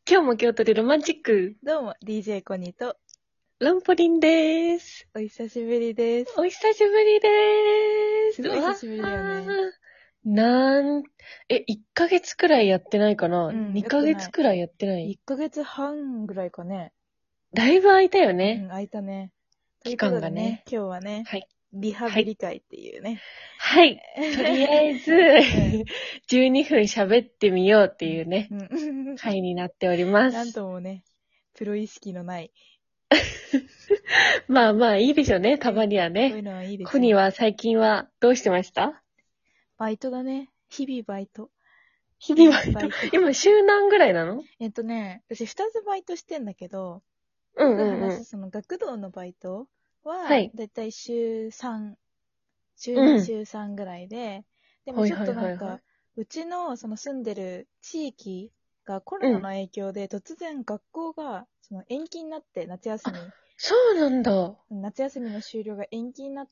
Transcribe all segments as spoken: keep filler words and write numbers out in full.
今日も京都でロマンチック。 どうも、ディージェー コニーと、 ロンポリンでーす。 お久しぶりです。 お久しぶりでーす。 すごい久しぶりだよね。 わーなん、え、いっかげつくらいやってないかな、 うん ?に ヶ月くらいやってないいっかげつはんぐらいかね。 だいぶ空いたようね。 ん、空いたね。とい期うこと間がねでね、今日はね、 はい。 リハビリ会っていうね。 はい。とりあえず、じゅうにふん喋ってみようっていうね、 うん回になっておりまなんす。 ともね、プロ意識のない。 まあまあいいでしょうね、たまにはこういうね。 のはいいですコニーよ。 は最近はどうしてました？ バイトだね。日々バイト。 日々バイト。 バイト今週何ぐらいなの？ えっとね、私ふたつバイトしてんだけど、 うんまずうんうん。 話すその学童のバイトは、 はい。 だいたい週さん、週に、 うん。 週さんぐらいで、でもちょっはいはいとなんか、 はいはい。 うちのその住んでる地域がコロうん。 ナの影響で突然学校がその延期になって、夏休み、 そうなんだ。 夏休みの終了が延期になって、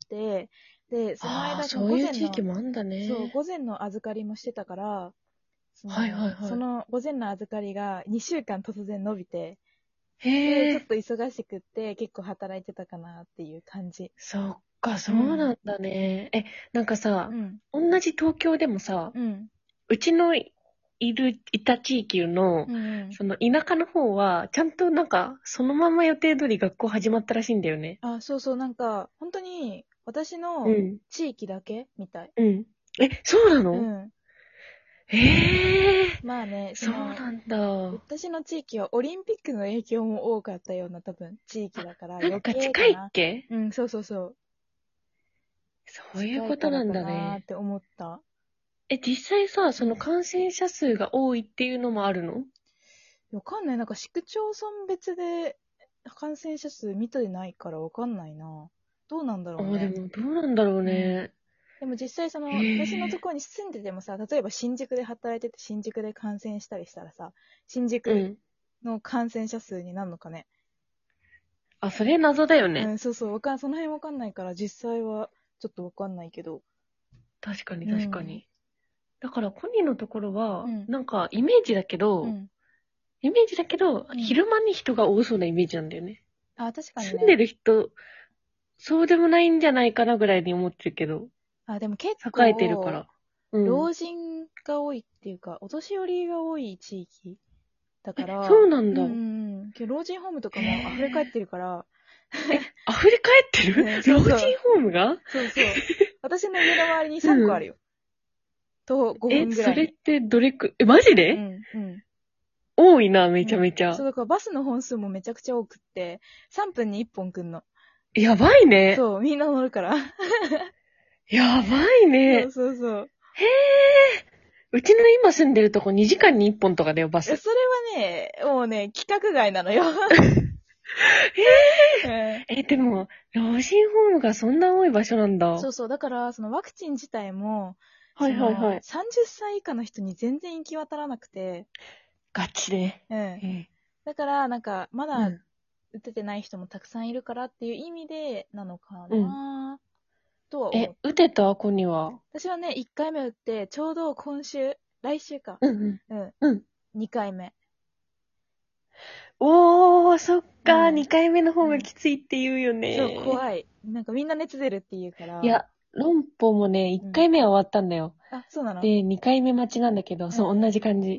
で、そのああ、 間、そのそういう午前の、 地域もあんだそう、 ね。 午前の預かりもしてたから、そはいはいの、 はい。 その午前の預かりがにしゅうかん突然伸びて、で、 へえ、 ちょっと忙しくって結構働いてたかなっていう感じ。 そっか、そうん。 うなんだね。え、なんかさ、 うん。 同じ東京でもさ、 うん。 うちのいる、いた地域の、 うんうん。 その田舎の方は、ちゃんとなんか、そのまま予定通り学校始まったらしいんだよね。 あ、そうそう、なんか、本当に、私のうん。 地域だけみたい。 うん。え、そうなの？ うん。 ええー、 まあね、そそうの、 なんだ。 私の地域はオリンピックの影響も多かったような多分地域あ、 だからなん余か近いっ計かな。 け？ うん、そうそうそう。 そういう近いことなんからかだね。 なーって思った。 え、実際さ、そのうん。 感染者数が多いっていうのもあるの？ わかんない。なんか市区町村別で感染者数見てないからわかんないな。どうなんだろああ、でうね。 もどうなんだろううん。 ね。 でも実際そへの、私のとえ。 ころに住んでてもさ、例えば新宿で働いてて新宿で感染したりしたらさ、新宿うん。 の感染者数になるのかね。 あ、それ謎だよね。 うん、そうそう、わかん、その辺わかんないから実際はちょっとわかんないけど。 確かにうん。 確かに。だから、コニーのところは、 うん。 なんか、イメージだけど、 うん。 イメージだけど、 うん。 昼間に人が多そうなイメージなんだよね。 あ、確かに住んでね。 る人、そうでもないんじゃないかなぐらいに思ってるけど、 あ、でも結栄えてるか構、 ら。うん。 老人が多いっていうか、お年寄りが多い地域だえ、 から、 そうなんだ。 うんうんうん。けど老人ホームとへかも溢れ返っえ。 てるから、 え、溢れ返ってる？ うん、 老人そうそう。 ホームが？ そうそう。私の家の周りにさんこうん。 あるよ。と5 え、 分ぐらいに。 それってどれく、え、マジで？ うん、うん、 多いな、めちゃうん。そう、 めちゃ。 だからバスの本数もめちゃくちゃ多くって、さんぷんにいっぽん来んの。 やばいね。 そう、みんな乗るから。 やばいそうね。 そうそう。 へえ。うちの今住んでるとこにじかんにいっぽんとかだよ、バえ、 ス。 それはね、もうね、規格外なのよ。うん。 え、でも、老人ホームがそんな多い場所なんだ。 そうそう。だから、そのワクチン自体も、 はその、 いはいはい。 さんじゅっさい以下の人に全然行き渡らなくて、 ガチで。 うん。 うん。 だから、なんか、まだうん。 打ててない人もたくさんいるからっていう意味でなのかうん。 なとは思え、 う。 打てた子には？ 私はね、いっかいめ打って、ちょうど今週、来週か。 うんうん。 うん。 うん。 にかいめ。 おー、そっか。 うん。 にかいめの方うん。 がきついって言うよそう、 ね。 怖い。なんかみんな熱出るって言うから。 いや、論法もね、1 うん。 回目は終わったんだよ。 あ、そうなの？ で、にかいめ待ちなんだけど、 うそう、同じ感ん。 じ。 うん。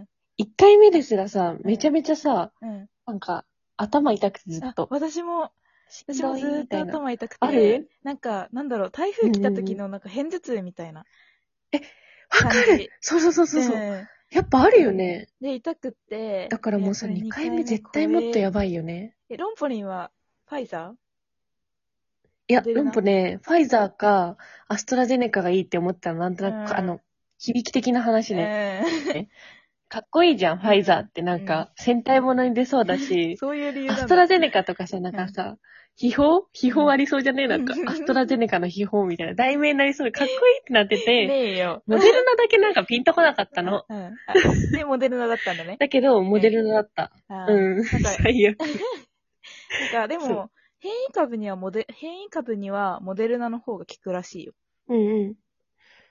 いっかいめですらさ、 うん。 めちゃめちゃさ、 うん。 なんか、頭痛くてずっあ、 と。 私も、私もしんどい、 ずーっとみたいな。 頭痛くて、 ある？ なんか、なんだろう、台風来たうんうんうん。 時のなんか偏頭痛みたいなえ、わかる！ 感じ。 そうそうそうそうそう。 うん。 やっぱあるよね。 で、痛くって、いや、 だからもうさ、 これ 2 2 回目回目絶対もっと怖えー。 やばいよね。 え、ロンポリンは、ファイザー？ いや、ロンモデルナ？ ポね、ファイザーか、アストラゼネカがいいって思ったの、なんとうなく、あん。 の、響き的な話うね。 ん。 かっこいいじゃん、フうん。 ァイザーって。なんうん。 か、戦隊ものに出そうだし、 そういう理由なんだ。 アストラゼネカとかさ、なんうん。 かさ、秘宝秘うん。 宝ありそうじゃねえ？なんか、アストラゼネカの秘宝みたいな、題名になりそうでかっこいいってなってて、 ねえよ。 モデルナだけなんかピンとこなかったの。 うん。うん。あ、で、モデルナだったんだね。 だけど、モデうん。 ルナだった。 あうん、 ー、なんか、 最悪。 なんか、でそう。 も、変異株にはモデ、変異株にはモデルナの方が効くらしいよ。 うんうん。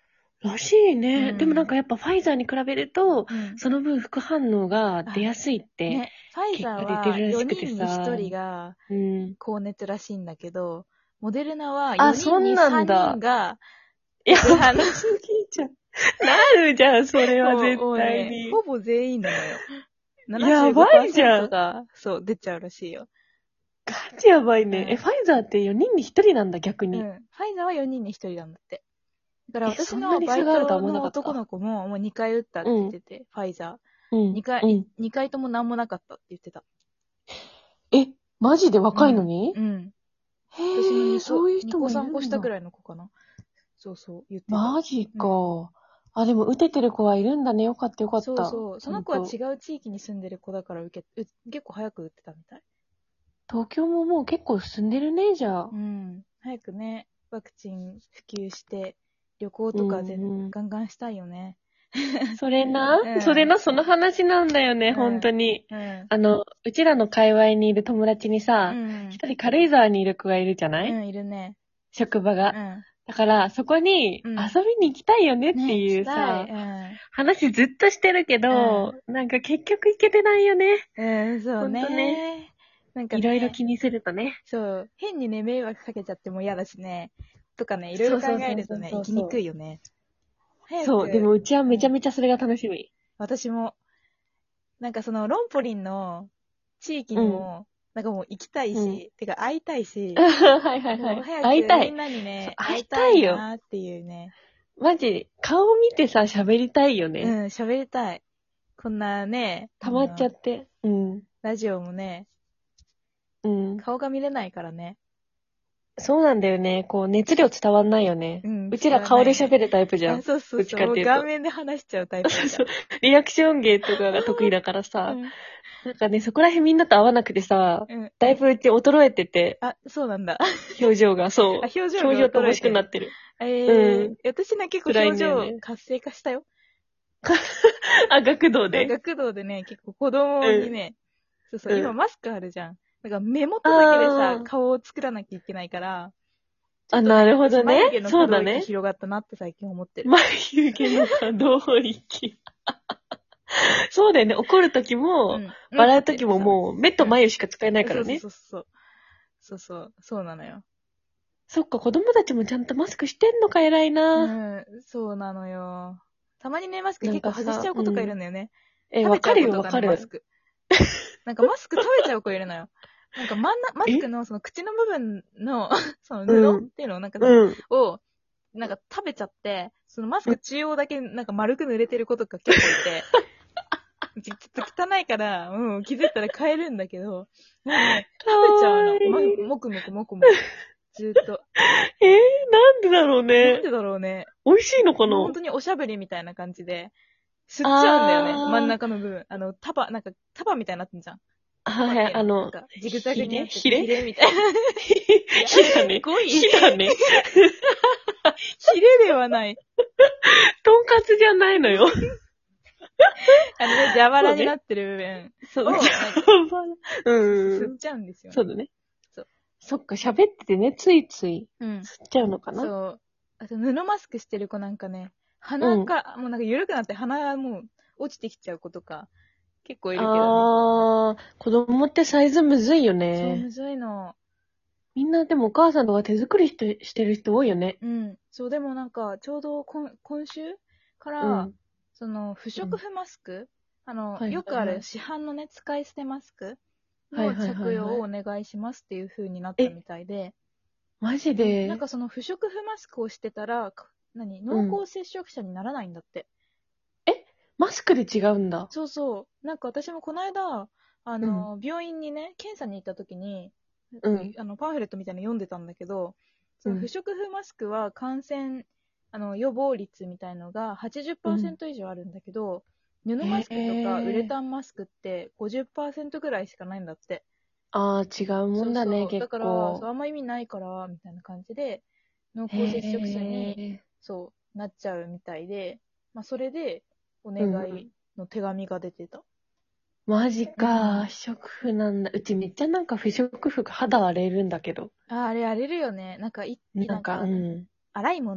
らしいね、 うん、 でもなんかやっぱファイザーに比べると、 うん、 その分副反応が出やすいってね、ファイザー結果出ては4 るらしくて人に1 さ。 人がうん。 高熱らしいんだけど、モデルナはあ、 4人にそんなん 3人だ。 がや副反応。 ばすぎじゃん。なるじゃん、それはもう、 絶もうね、 対に。 ほぼ全員なのよ。 やばいじゃななじゅうごパーセントん。 が、そう、出ちゃうらしいよ。 ガチやばいね。え、 うん。 ファイザーってよにんにひとりなんだ、逆に。 うん。ファイザーはよにんにひとりなんだって。だからえ、そんな私のバイに差があるとはトの思わなかった。 男の子ももうにかい打ったってうん、 言ってて、ファイザうー。 ん、 にかい、 うん。 にかいともなんもなかったって言ってた。 え、マジでうん。 若いのに？ うん。私のへえ、 にこ、2 そういう人個3 もいるんだ。 個下くらいの子かな。そうそう、言ってた。 マジうん。 か。あ、でも、打ててる子はいるんだね。よかったよかった。 そうそう。その子はほんと。 違う地域に住んでる子だから受け、う結構早く打ってたみたい。 東京ももう結構進んでるね、じゃあ。 うん。早くね、ワクチン普及して、旅行うとか全、 ん、うん。 ガンガンしたいよね。 それな、 うん。 それな、その話なんだよね、 うん。 本当に。 うん。 あの、うちらの界隈にいる友達にうさ、 ん。 一人軽井沢にいる子がいるじゃない？ うん、いるね。 職場が。 うん。 だから、そこにうん。 遊びに行きたいよねってね、行きいうたい。 さ、 うん。 話ずっとしてるけど、なんか結局行けてないよね。 うん。うん、そうほんとね。 ね。なんかいろいろね、 気にするとね。 そう、変にね、迷惑かけちゃっても嫌だしね。とかね、いろいろ考そうそうそうそうえるとね、行きにそうそう。 くいよね。早そう、でく、 もうちはめちゃうん。 めちゃそれが楽しみ。 私も、なんかその、ロンポリンの地域うん。 にも、なんかもう行きたいうん。 し、てか会いたいし、 はいはいはもうい。 早く会いたい。 みんなにそう、 ね、 会い会いたいたいよ。 なーっていうね。 マジ、顔見てさ、喋りたいようん、 ね。 喋りたい。こんなね、あ溜まっちゃの、 って。うん。 ラジオもね、 うん。 顔が見れないからね。 そうなんだよね。こう、熱量伝わんないよね。 うん、 うちら伝わんないよね。 顔で喋るタイプじゃあ、 ん。 そうそうどっちそう。もう顔かっていうと。 面で話しちゃうタイプだかそう。 ら。 リアクション芸とかが得意だからさ。 うん、 なんかね、そこら辺みんなと合わなくてさ、 うん。 だいぶうち衰えてて、 あ、そうなんだ。 表情が、 あ、 そう。 表情が表情乏し衰えてんの。 くなってる。うえん。 ー、私ね、結構辛い表んだよね。 情活性化したよ。 あ、学童あ、 で。 学童でね、結構子供うん。 にね、そうそう、 うん。 今マスクあるじゃん。だから目元だけでさ、 あ顔を作らなきゃいけないから、ちあ。あ、 ょっとね、 なるほ私どね。 眉毛の可動域そうだね。 広がったなって最近思ってる。 眉毛の可動域。そうだよね。怒るときも、 うん。うん笑うときってさ。 ももう、目とうん。 眉しか使えないからね。 そうそうそうそう。そうそう。そうなのよ。 そっか、子供たちもちゃんとマスクしてんのか、偉いな。 うん。そうなのよ。たまにね、マスクなん結構かさ、 外しちゃう子とかいるうん。 んだよね。 え、 食べちゃわかるよ、 う子とかね、マスわかる。 ク。なんかマスク食べちゃう子いるのよ。なんか真ん中、マスクえのその口の部分のその布っうん。 ていうのをなんかさ、 うん。 を、なんか食べちゃって、そのマスク中央だけなんか丸く濡れてる子とか結構いて、ちょっと汚いから、うん、気づいたら変えるんだけど、もうね、 か食べちゃうわの。ま、 いい。 もくもくもくもく。ずーっと。 えー、なんでだろうね。 なんでだろうね。 美味しいのかな？ もう本当におしゃべりみたいな感じで、吸っちゃうんだよね。真んあ中の部分。あの、束、なんか、束みたいになってんじゃん。 ー。はいはい、 束っていうの。なんあの、 か、ジグザグひになってて、 れひれヒレみたいな。いや、 ひだね。 すごい。 ひだね。 ヒレではない。 とんかつじゃないのよ。 あのね、蛇腹にそうね。 なってる部分そうね。 を、なんか、 うん。 吸っちゃうんですよね。 そうだね。 そう。 そっか、喋っててね、ついついうん。 吸っちゃうのかな？ そう。あと、布マスクしてる子なんかね、 うん。 鼻か、もうなんか緩くなって鼻がもう落ちてきちゃう子とか、結構いるけどね。 あー、子供ってサイズむずいよそう、 ね。 むずいの。 みんなでもお母さんとか手作りしてしてる人多いよね。 うん。そう、でもなんか、ちょうど今今週から、 うん。 その、不織布マスク、あの、 はいよくあはいはい。 る市販のね、使い捨てマスクのはいはいは着用をおいはい。 願いしますっていう風になったえ、 みたいで、 マジうん、なんで？ かその不織布マスクをしてたら、か何濃うん。 厚接触者にならないんだって。 え、マスクで違うんだ。 そうそう。なんか私もこの間、あうん。 の、病院にね、検査に行った時に、 うん。 あの、パンフレットみたいなの読んでたんだけど、そうん。 の不織布マスクは感染、あの、予防率みたいのがうん。 はちじゅっパーセント以上あるんだけど、布マへスクとかウレえ。 タンマスクってごじゅっパーセントぐらいしかないんだって。 あー、違うもんだね、 そうそう。だ結から、そう、 構。 あんま意味ないから、みたいな感じで、濃へ厚接触者に、 え。 そう、なっちゃうみたいで、まあ、それで、お願うんうん。 いの手紙が出てた。 マジうん。 か。不織布なんだ。うちめっちゃなんか不織布が肌荒れるんだけど。 あ、あれ荒れるよね。なんか、い、いなんか、うなんか、 ん。 荒いもんね。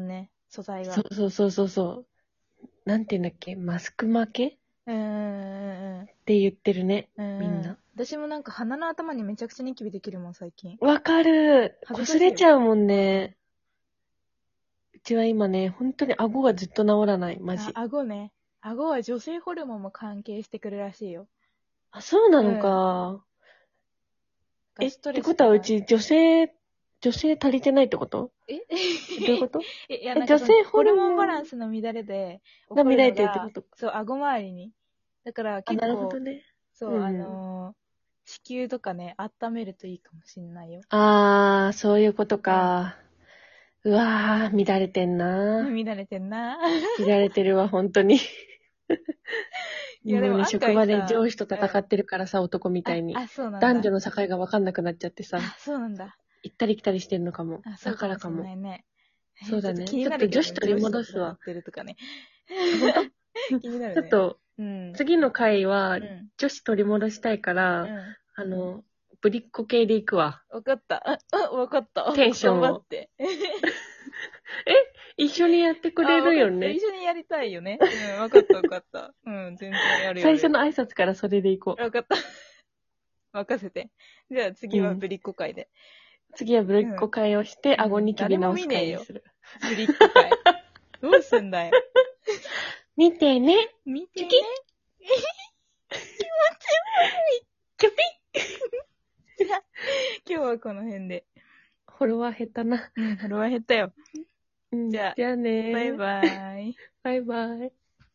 素材が。 そうそうそうそうそう。なんて言うんだっけ、マスク負けっうんうんうんて言ってるね、 うん。 みんな。 私もなんか鼻の頭にめちゃくちゃニキビできるもん、最近。 わかる。擦恥ずかしいよれちゃうもんね。うちは今ね、本当に顎がずっと治らない、マあ、 ジ。 顎ね。顎は女性ホルモンも関係してくるらしいよ。 あ、そうなのか。え、っストてことはレスとか。 うち女性、女性足りてないってこと？ ええどういうことえ、いや、 え、 なんかその、 女性ホホルルモンモンバランスの乱れで起こるが乱れのが、 てるってこと？ そう、顎周りに。だからあ、なるほ結構、 どね。 そう、 うんあのー子宮とかね、温めるといいかもしんないよ。 あー、そういうことうん。 か。うわー、乱れてんな。 乱れてんな。 乱れてるわ、本当に。 いや、でもうね、 も案職場で外さ、 上司と戦ってるからさ、男みたあ、 いに。 あ、そうなんだ。 男女の境が分かんなくなっちゃってさ、 あ、そうなんだ。 行ったり来たりしてんのかも。 あ、そだうかもしれからかも。 ないね。えそうだね。 ちょっと気にちょっなるけどね、 と女子取り上司と戻すわ。 戦ってるとかね。 あ、本当？ 気になるね。 ちょっと、 うん。 次の回はう、ん。 女子取り戻したいから、 うん。 あの、ぶりっ子系で行くわ。 わかった。あ、あ、わかった。 テンションを頑張って。 一緒にやってくあ、 れわかった。 るよね。 一緒にやりたいよね。うん、わかったわかった。うん、全然やるやる。 最初の挨拶からそれで行こう。 わかった。任せて。じゃあ次はぶりっ子会で。 次はぶりっ子会をして、 うん顎にきび直す会にする。 ぶりっ子会。どうすんだよ。 見てね。 見てね。 キュピじゃあ、今日はこの辺で。 ッフォロワー減ったな。 うん、フォロワー減ったよ。 うん、 じゃあじゃあねー。 バイバーイ。 バイバイ。